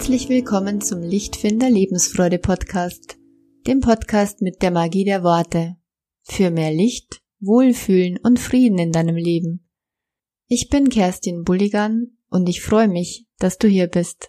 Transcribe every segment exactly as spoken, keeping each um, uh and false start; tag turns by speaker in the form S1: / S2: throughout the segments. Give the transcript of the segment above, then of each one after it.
S1: Herzlich willkommen zum Lichtfinder Lebensfreude Podcast, dem Podcast mit der Magie der Worte. Für mehr Licht, Wohlfühlen und Frieden in deinem Leben. Ich bin Kerstin Bulligan und ich freue mich, dass du hier bist.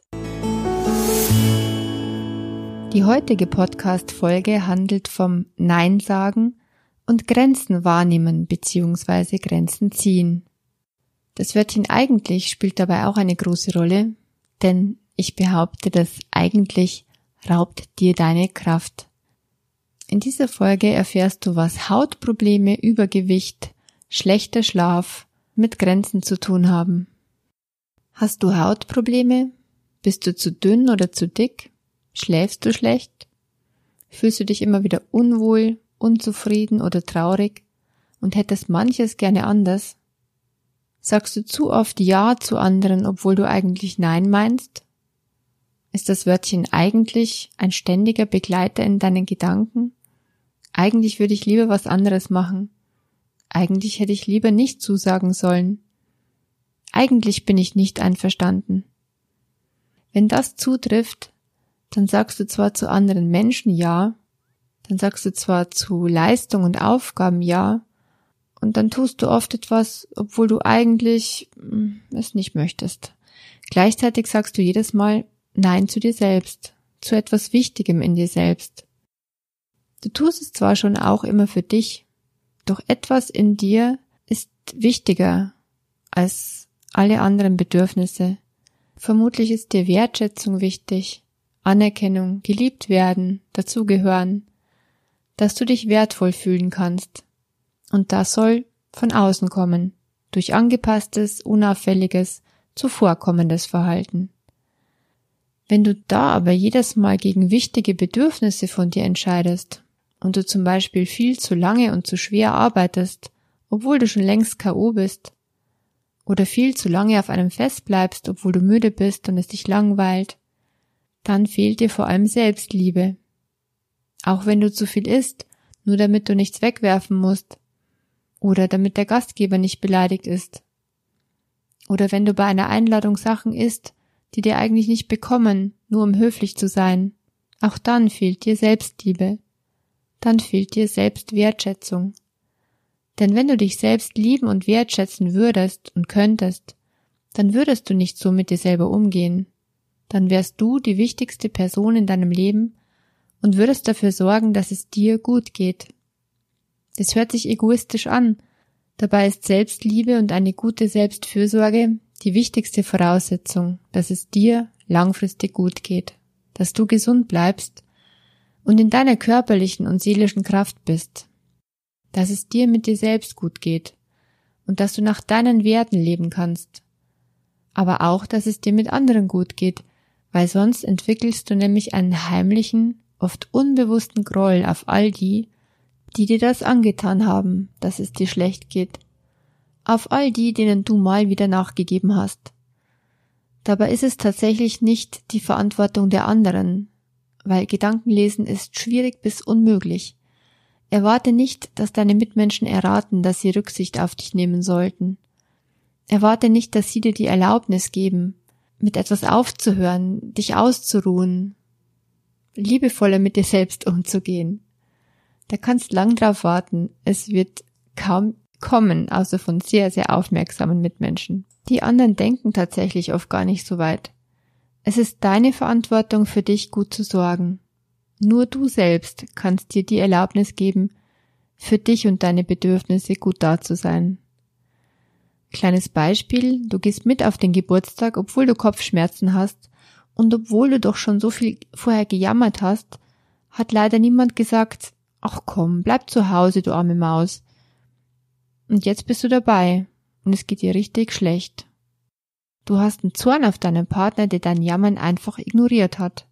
S1: Die heutige Podcast-Folge handelt vom Nein sagen und Grenzen wahrnehmen bzw. Grenzen ziehen. Das Wörtchen eigentlich spielt dabei auch eine große Rolle, denn ich behaupte, dass eigentlich raubt dir deine Kraft. In dieser Folge erfährst du, was Hautprobleme, Übergewicht, schlechter Schlaf mit Grenzen zu tun haben. Hast du Hautprobleme? Bist du zu dünn oder zu dick? Schläfst du schlecht? Fühlst du dich immer wieder unwohl, unzufrieden oder traurig und hättest manches gerne anders? Sagst du zu oft Ja zu anderen, obwohl du eigentlich Nein meinst? Ist das Wörtchen eigentlich ein ständiger Begleiter in deinen Gedanken? Eigentlich würde ich lieber was anderes machen. Eigentlich hätte ich lieber nicht zusagen sollen. Eigentlich bin ich nicht einverstanden. Wenn das zutrifft, dann sagst du zwar zu anderen Menschen Ja, dann sagst du zwar zu Leistung und Aufgaben Ja, und dann tust du oft etwas, obwohl du eigentlich mh, es nicht möchtest. Gleichzeitig sagst du jedes Mal Nein zu dir selbst, zu etwas Wichtigem in dir selbst. Du tust es zwar schon auch immer für dich, doch etwas in dir ist wichtiger als alle anderen Bedürfnisse. Vermutlich ist dir Wertschätzung wichtig, Anerkennung, geliebt werden, dazugehören, dass du dich wertvoll fühlen kannst. Und das soll von außen kommen, durch angepasstes, unauffälliges, zuvorkommendes Verhalten. Wenn du da aber jedes Mal gegen wichtige Bedürfnisse von dir entscheidest und du zum Beispiel viel zu lange und zu schwer arbeitest, obwohl du schon längst K O bist, oder viel zu lange auf einem Fest bleibst, obwohl du müde bist und es dich langweilt, dann fehlt dir vor allem Selbstliebe. Auch wenn du zu viel isst, nur damit du nichts wegwerfen musst, oder damit der Gastgeber nicht beleidigt ist, oder wenn du bei einer Einladung Sachen isst, die dir eigentlich nicht bekommen, nur um höflich zu sein. Auch dann fehlt dir Selbstliebe. Dann fehlt dir Selbstwertschätzung. Denn wenn du dich selbst lieben und wertschätzen würdest und könntest, dann würdest du nicht so mit dir selber umgehen. Dann wärst du die wichtigste Person in deinem Leben und würdest dafür sorgen, dass es dir gut geht. Das hört sich egoistisch an. Dabei ist Selbstliebe und eine gute Selbstfürsorge die wichtigste Voraussetzung, dass es dir langfristig gut geht, dass du gesund bleibst und in deiner körperlichen und seelischen Kraft bist, dass es dir mit dir selbst gut geht und dass du nach deinen Werten leben kannst, aber auch, dass es dir mit anderen gut geht, weil sonst entwickelst du nämlich einen heimlichen, oft unbewussten Groll auf all die, die dir das angetan haben, dass es dir schlecht geht. Auf all die, denen du mal wieder nachgegeben hast. Dabei ist es tatsächlich nicht die Verantwortung der anderen, weil Gedankenlesen ist schwierig bis unmöglich. Erwarte nicht, dass deine Mitmenschen erraten, dass sie Rücksicht auf dich nehmen sollten. Erwarte nicht, dass sie dir die Erlaubnis geben, mit etwas aufzuhören, dich auszuruhen, liebevoller mit dir selbst umzugehen. Da kannst lang drauf warten, es wird kaum kommen, außer von sehr, sehr aufmerksamen Mitmenschen. Die anderen denken tatsächlich oft gar nicht so weit. Es ist deine Verantwortung, für dich gut zu sorgen. Nur du selbst kannst dir die Erlaubnis geben, für dich und deine Bedürfnisse gut da zu sein. Kleines Beispiel, du gehst mit auf den Geburtstag, obwohl du Kopfschmerzen hast und obwohl du doch schon so viel vorher gejammert hast, hat leider niemand gesagt, ach komm, bleib zu Hause, du arme Maus. Und jetzt bist du dabei und es geht dir richtig schlecht. Du hast einen Zorn auf deinen Partner, der dein Jammern einfach ignoriert hat.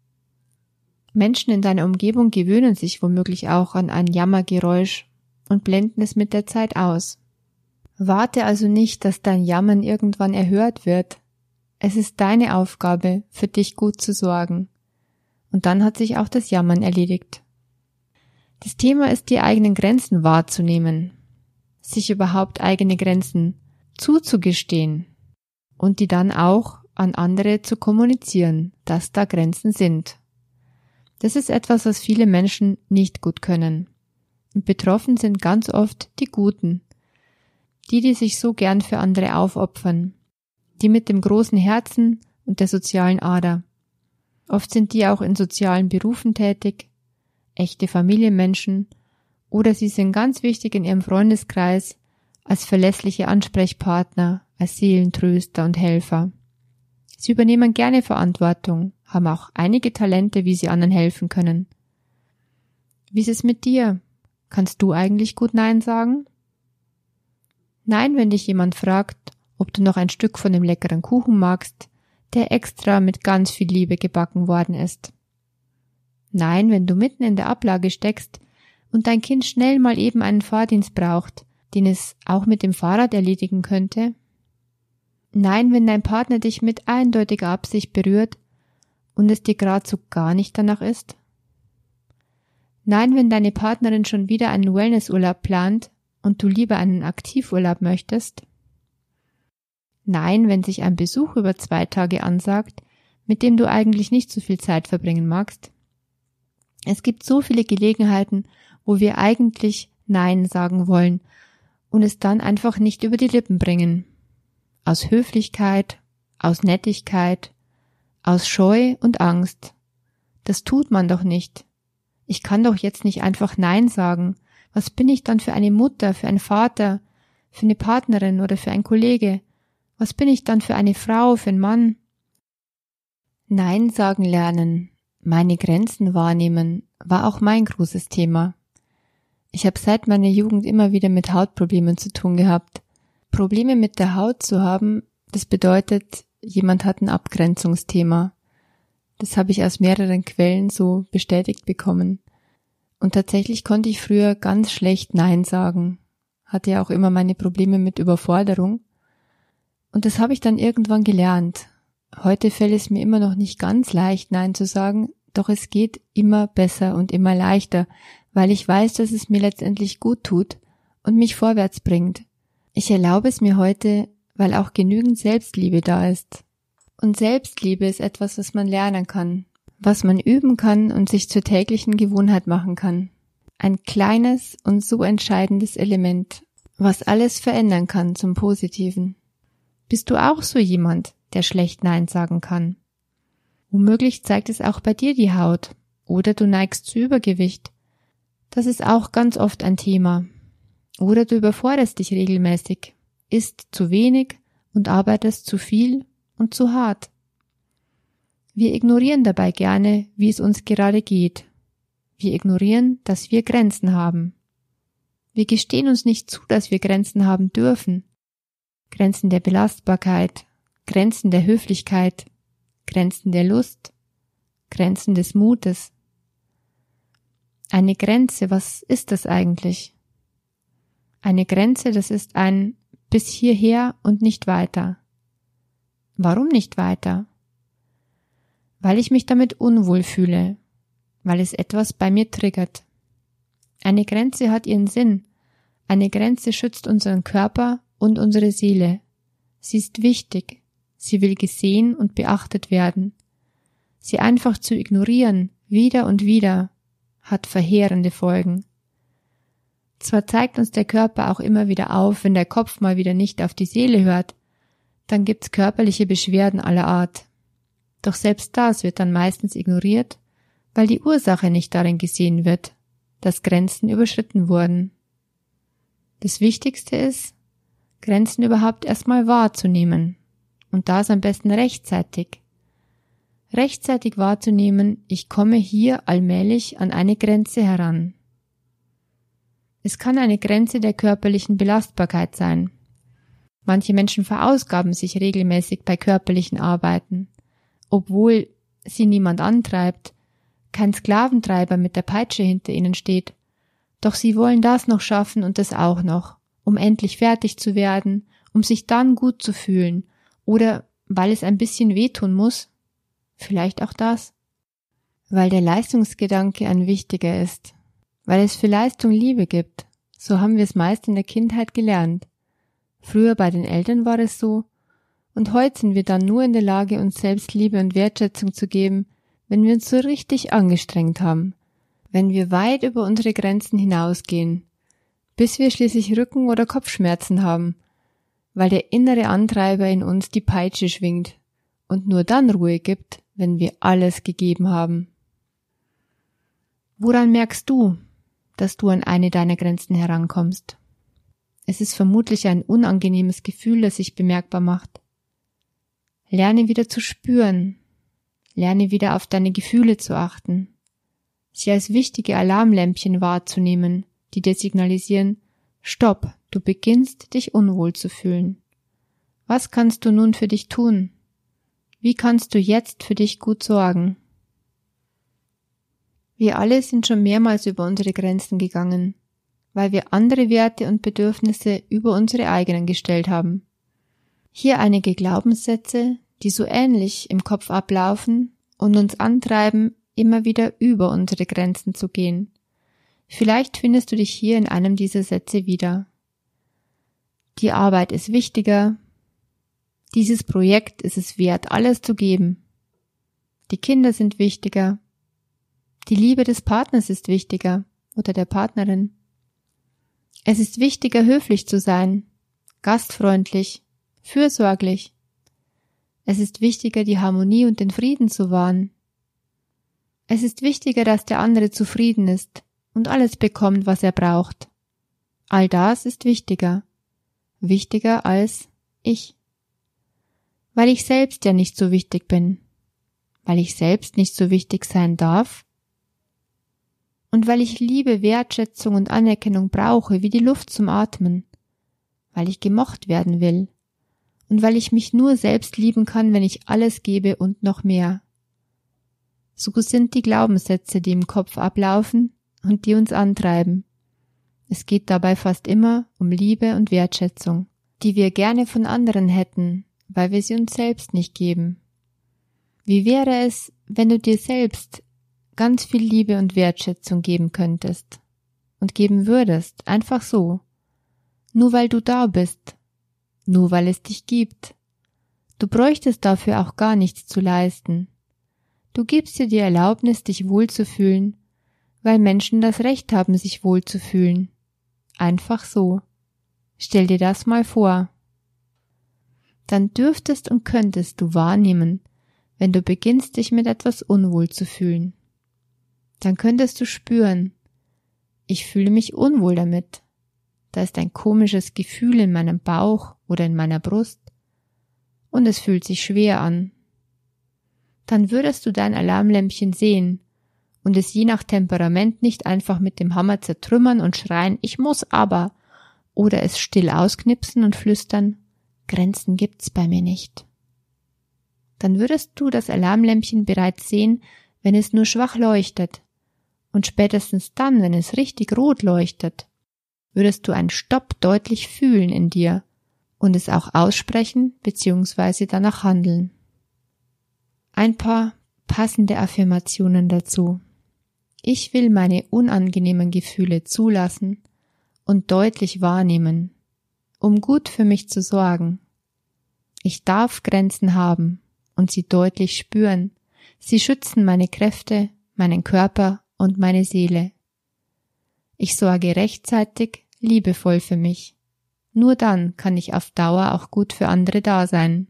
S1: Menschen in deiner Umgebung gewöhnen sich womöglich auch an ein Jammergeräusch und blenden es mit der Zeit aus. Warte also nicht, dass dein Jammern irgendwann erhört wird. Es ist deine Aufgabe, für dich gut zu sorgen. Und dann hat sich auch das Jammern erledigt. Das Thema ist, die eigenen Grenzen wahrzunehmen. Sich überhaupt eigene Grenzen zuzugestehen und die dann auch an andere zu kommunizieren, dass da Grenzen sind. Das ist etwas, was viele Menschen nicht gut können. Und betroffen sind ganz oft die Guten, die, die sich so gern für andere aufopfern, die mit dem großen Herzen und der sozialen Ader. Oft sind die auch in sozialen Berufen tätig, echte Familienmenschen, oder sie sind ganz wichtig in ihrem Freundeskreis als verlässliche Ansprechpartner, als Seelentröster und Helfer. Sie übernehmen gerne Verantwortung, haben auch einige Talente, wie sie anderen helfen können. Wie ist es mit dir? Kannst du eigentlich gut Nein sagen? Nein, wenn dich jemand fragt, ob du noch ein Stück von dem leckeren Kuchen magst, der extra mit ganz viel Liebe gebacken worden ist. Nein, wenn du mitten in der Ablage steckst und dein Kind schnell mal eben einen Fahrdienst braucht, den es auch mit dem Fahrrad erledigen könnte. Nein, wenn dein Partner dich mit eindeutiger Absicht berührt und es dir gerade so gar nicht danach ist. Nein, wenn deine Partnerin schon wieder einen Wellnessurlaub plant und du lieber einen Aktivurlaub möchtest. Nein, wenn sich ein Besuch über zwei Tage ansagt, mit dem du eigentlich nicht so viel Zeit verbringen magst. Es gibt so viele Gelegenheiten, wo wir eigentlich Nein sagen wollen und es dann einfach nicht über die Lippen bringen. Aus Höflichkeit, aus Nettigkeit, aus Scheu und Angst. Das tut man doch nicht. Ich kann doch jetzt nicht einfach Nein sagen. Was bin ich dann für eine Mutter, für einen Vater, für eine Partnerin oder für einen Kollege? Was bin ich dann für eine Frau, für einen Mann? Nein sagen lernen, meine Grenzen wahrnehmen, war auch mein großes Thema. Ich habe seit meiner Jugend immer wieder mit Hautproblemen zu tun gehabt. Probleme mit der Haut zu haben, das bedeutet, jemand hat ein Abgrenzungsthema. Das habe ich aus mehreren Quellen so bestätigt bekommen. Und tatsächlich konnte ich früher ganz schlecht Nein sagen. Hatte ja auch immer meine Probleme mit Überforderung. Und das habe ich dann irgendwann gelernt. Heute fällt es mir immer noch nicht ganz leicht, Nein zu sagen, doch es geht immer besser und immer leichter, weil ich weiß, dass es mir letztendlich gut tut und mich vorwärts bringt. Ich erlaube es mir heute, weil auch genügend Selbstliebe da ist. Und Selbstliebe ist etwas, was man lernen kann, was man üben kann und sich zur täglichen Gewohnheit machen kann. Ein kleines und so entscheidendes Element, was alles verändern kann zum Positiven. Bist du auch so jemand, der schlecht Nein sagen kann? Womöglich zeigt es auch bei dir die Haut oder du neigst zu Übergewicht. Das ist auch ganz oft ein Thema. Oder du überforderst dich regelmäßig, isst zu wenig und arbeitest zu viel und zu hart. Wir ignorieren dabei gerne, wie es uns gerade geht. Wir ignorieren, dass wir Grenzen haben. Wir gestehen uns nicht zu, dass wir Grenzen haben dürfen. Grenzen der Belastbarkeit, Grenzen der Höflichkeit, Grenzen der Lust, Grenzen des Mutes. Eine Grenze, was ist das eigentlich? Eine Grenze, das ist ein bis hierher und nicht weiter. Warum nicht weiter? Weil ich mich damit unwohl fühle, weil es etwas bei mir triggert. Eine Grenze hat ihren Sinn. Eine Grenze schützt unseren Körper und unsere Seele. Sie ist wichtig. Sie will gesehen und beachtet werden. Sie einfach zu ignorieren, wieder und wieder, hat verheerende Folgen. Zwar zeigt uns der Körper auch immer wieder auf, wenn der Kopf mal wieder nicht auf die Seele hört, dann gibt's körperliche Beschwerden aller Art. Doch selbst das wird dann meistens ignoriert, weil die Ursache nicht darin gesehen wird, dass Grenzen überschritten wurden. Das Wichtigste ist, Grenzen überhaupt erstmal wahrzunehmen und das am besten rechtzeitig. Rechtzeitig wahrzunehmen, ich komme hier allmählich an eine Grenze heran. Es kann eine Grenze der körperlichen Belastbarkeit sein. Manche Menschen verausgaben sich regelmäßig bei körperlichen Arbeiten, obwohl sie niemand antreibt, kein Sklaventreiber mit der Peitsche hinter ihnen steht. Doch sie wollen das noch schaffen und das auch noch, um endlich fertig zu werden, um sich dann gut zu fühlen oder weil es ein bisschen wehtun muss. Vielleicht auch das. Weil der Leistungsgedanke ein wichtiger ist. Weil es für Leistung Liebe gibt. So haben wir es meist in der Kindheit gelernt. Früher bei den Eltern war es so. Und heute sind wir dann nur in der Lage, uns selbst Liebe und Wertschätzung zu geben, wenn wir uns so richtig angestrengt haben, wenn wir weit über unsere Grenzen hinausgehen, bis wir schließlich Rücken- oder Kopfschmerzen haben, weil der innere Antreiber in uns die Peitsche schwingt und nur dann Ruhe gibt, wenn wir alles gegeben haben. Woran merkst du, dass du an eine deiner Grenzen herankommst? Es ist vermutlich ein unangenehmes Gefühl, das sich bemerkbar macht. Lerne wieder zu spüren. Lerne wieder auf deine Gefühle zu achten. Sie als wichtige Alarmlämpchen wahrzunehmen, die dir signalisieren, Stopp, du beginnst dich unwohl zu fühlen. Was kannst du nun für dich tun? Wie kannst du jetzt für dich gut sorgen? Wir alle sind schon mehrmals über unsere Grenzen gegangen, weil wir andere Werte und Bedürfnisse über unsere eigenen gestellt haben. Hier einige Glaubenssätze, die so ähnlich im Kopf ablaufen und uns antreiben, immer wieder über unsere Grenzen zu gehen. Vielleicht findest du dich hier in einem dieser Sätze wieder. Die Arbeit ist wichtiger. Dieses Projekt ist es wert, alles zu geben. Die Kinder sind wichtiger. Die Liebe des Partners ist wichtiger oder der Partnerin. Es ist wichtiger, höflich zu sein, gastfreundlich, fürsorglich. Es ist wichtiger, die Harmonie und den Frieden zu wahren. Es ist wichtiger, dass der andere zufrieden ist und alles bekommt, was er braucht. All das ist wichtiger. Wichtiger als ich. Weil ich selbst ja nicht so wichtig bin. Weil ich selbst nicht so wichtig sein darf. Und weil ich Liebe, Wertschätzung und Anerkennung brauche, wie die Luft zum Atmen. Weil ich gemocht werden will. Und weil ich mich nur selbst lieben kann, wenn ich alles gebe und noch mehr. So sind die Glaubenssätze, die im Kopf ablaufen und die uns antreiben. Es geht dabei fast immer um Liebe und Wertschätzung, die wir gerne von anderen hätten, weil wir sie uns selbst nicht geben. Wie wäre es, wenn du dir selbst ganz viel Liebe und Wertschätzung geben könntest und geben würdest, einfach so, nur weil du da bist, nur weil es dich gibt. Du bräuchtest dafür auch gar nichts zu leisten. Du gibst dir die Erlaubnis, dich wohlzufühlen, weil Menschen das Recht haben, sich wohlzufühlen. Einfach so. Stell dir das mal vor. Dann dürftest und könntest du wahrnehmen, wenn du beginnst, dich mit etwas unwohl zu fühlen. Dann könntest du spüren, ich fühle mich unwohl damit. Da ist ein komisches Gefühl in meinem Bauch oder in meiner Brust und es fühlt sich schwer an. Dann würdest du dein Alarmlämpchen sehen und es je nach Temperament nicht einfach mit dem Hammer zertrümmern und schreien, ich muss aber, oder es still ausknipsen und flüstern, Grenzen gibt's bei mir nicht. Dann würdest du das Alarmlämpchen bereits sehen, wenn es nur schwach leuchtet, und spätestens dann, wenn es richtig rot leuchtet, würdest du einen Stopp deutlich fühlen in dir und es auch aussprechen bzw. danach handeln. Ein paar passende Affirmationen dazu. Ich will meine unangenehmen Gefühle zulassen und deutlich wahrnehmen, um gut für mich zu sorgen. Ich darf Grenzen haben und sie deutlich spüren. Sie schützen meine Kräfte, meinen Körper und meine Seele. Ich sorge rechtzeitig, liebevoll für mich. Nur dann kann ich auf Dauer auch gut für andere da sein.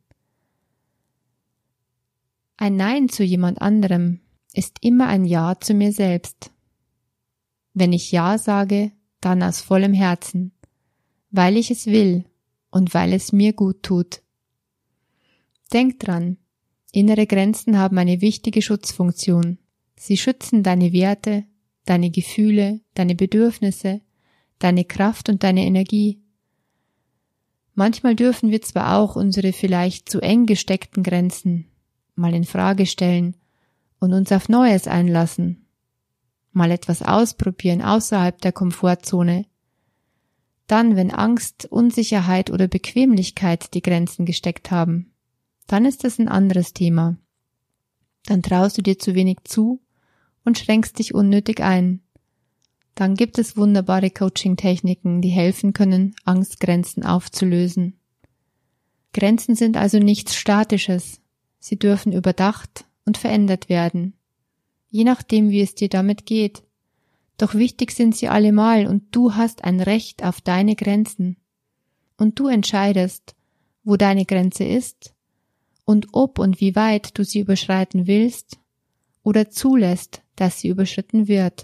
S1: Ein Nein zu jemand anderem ist immer ein Ja zu mir selbst. Wenn ich Ja sage, dann aus vollem Herzen, weil ich es will und weil es mir gut tut. Denk dran, innere Grenzen haben eine wichtige Schutzfunktion. Sie schützen deine Werte, deine Gefühle, deine Bedürfnisse, deine Kraft und deine Energie. Manchmal dürfen wir zwar auch unsere vielleicht zu eng gesteckten Grenzen mal in Frage stellen und uns auf Neues einlassen, mal etwas ausprobieren außerhalb der Komfortzone. Dann, wenn Angst, Unsicherheit oder Bequemlichkeit die Grenzen gesteckt haben, dann ist das ein anderes Thema. Dann traust du dir zu wenig zu und schränkst dich unnötig ein. Dann gibt es wunderbare Coaching-Techniken, die helfen können, Angstgrenzen aufzulösen. Grenzen sind also nichts Statisches. Sie dürfen überdacht und verändert werden, je nachdem, wie es dir damit geht. Doch wichtig sind sie allemal und du hast ein Recht auf deine Grenzen. Und du entscheidest, wo deine Grenze ist und ob und wie weit du sie überschreiten willst oder zulässt, dass sie überschritten wird.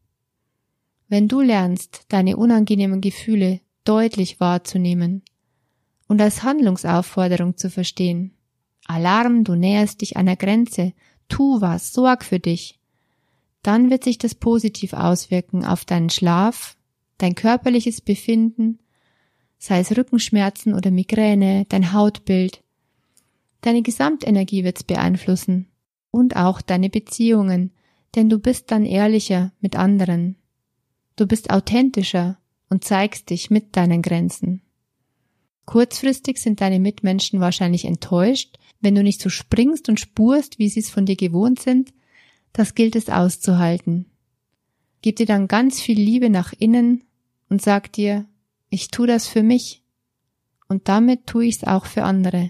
S1: Wenn du lernst, deine unangenehmen Gefühle deutlich wahrzunehmen und als Handlungsaufforderung zu verstehen, Alarm, du näherst dich einer Grenze, tu was, sorg für dich, dann wird sich das positiv auswirken auf deinen Schlaf, dein körperliches Befinden, sei es Rückenschmerzen oder Migräne, dein Hautbild. Deine Gesamtenergie wird's beeinflussen und auch deine Beziehungen, denn du bist dann ehrlicher mit anderen. Du bist authentischer und zeigst dich mit deinen Grenzen. Kurzfristig sind deine Mitmenschen wahrscheinlich enttäuscht, wenn du nicht so springst und spurst, wie sie es von dir gewohnt sind. Das gilt es auszuhalten. Gib dir dann ganz viel Liebe nach innen und sag dir, ich tue das für mich und damit tue ich es auch für andere.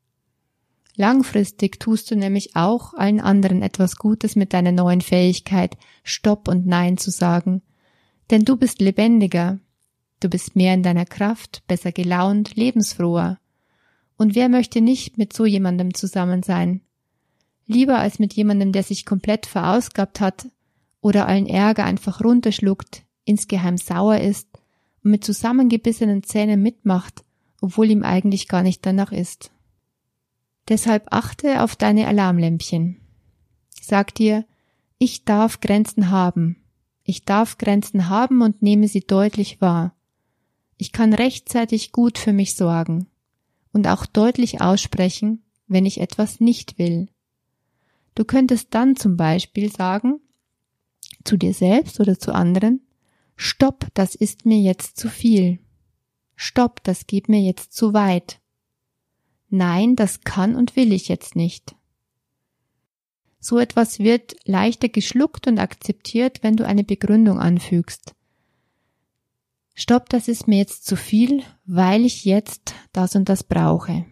S1: Langfristig tust du nämlich auch allen anderen etwas Gutes mit deiner neuen Fähigkeit, Stopp und Nein zu sagen. Denn du bist lebendiger, du bist mehr in deiner Kraft, besser gelaunt, lebensfroher. Und wer möchte nicht mit so jemandem zusammen sein? Lieber als mit jemandem, der sich komplett verausgabt hat oder allen Ärger einfach runterschluckt, insgeheim sauer ist und mit zusammengebissenen Zähnen mitmacht, obwohl ihm eigentlich gar nicht danach ist. Deshalb achte auf deine Alarmlämpchen. Sag dir, ich darf Grenzen haben. Ich darf Grenzen haben und nehme sie deutlich wahr. Ich kann rechtzeitig gut für mich sorgen und auch deutlich aussprechen, wenn ich etwas nicht will. Du könntest dann zum Beispiel sagen, zu dir selbst oder zu anderen, Stopp, das ist mir jetzt zu viel. Stopp, das geht mir jetzt zu weit. Nein, das kann und will ich jetzt nicht. So etwas wird leichter geschluckt und akzeptiert, wenn du eine Begründung anfügst. Stopp, das ist mir jetzt zu viel, weil ich jetzt das und das brauche.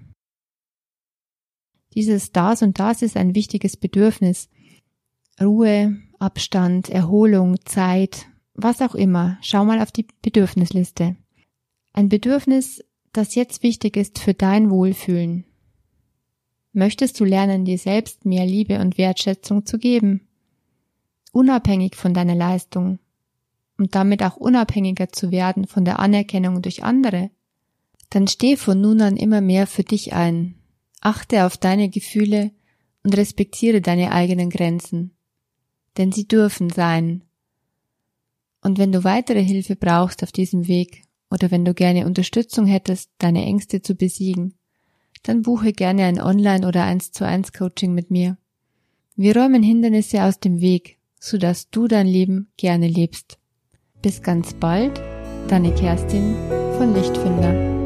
S1: Dieses das und das ist ein wichtiges Bedürfnis. Ruhe, Abstand, Erholung, Zeit, was auch immer. Schau mal auf die Bedürfnisliste. Ein Bedürfnis, das jetzt wichtig ist für dein Wohlfühlen. Möchtest du lernen, dir selbst mehr Liebe und Wertschätzung zu geben? Unabhängig von deiner Leistung und damit auch unabhängiger zu werden von der Anerkennung durch andere? Dann steh von nun an immer mehr für dich ein. Achte auf deine Gefühle und respektiere deine eigenen Grenzen. Denn sie dürfen sein. Und wenn du weitere Hilfe brauchst auf diesem Weg oder wenn du gerne Unterstützung hättest, deine Ängste zu besiegen, dann buche gerne ein Online- oder eins zu eins Coaching mit mir. Wir räumen Hindernisse aus dem Weg, sodass du dein Leben gerne lebst. Bis ganz bald, deine Kerstin von Lichtfinder.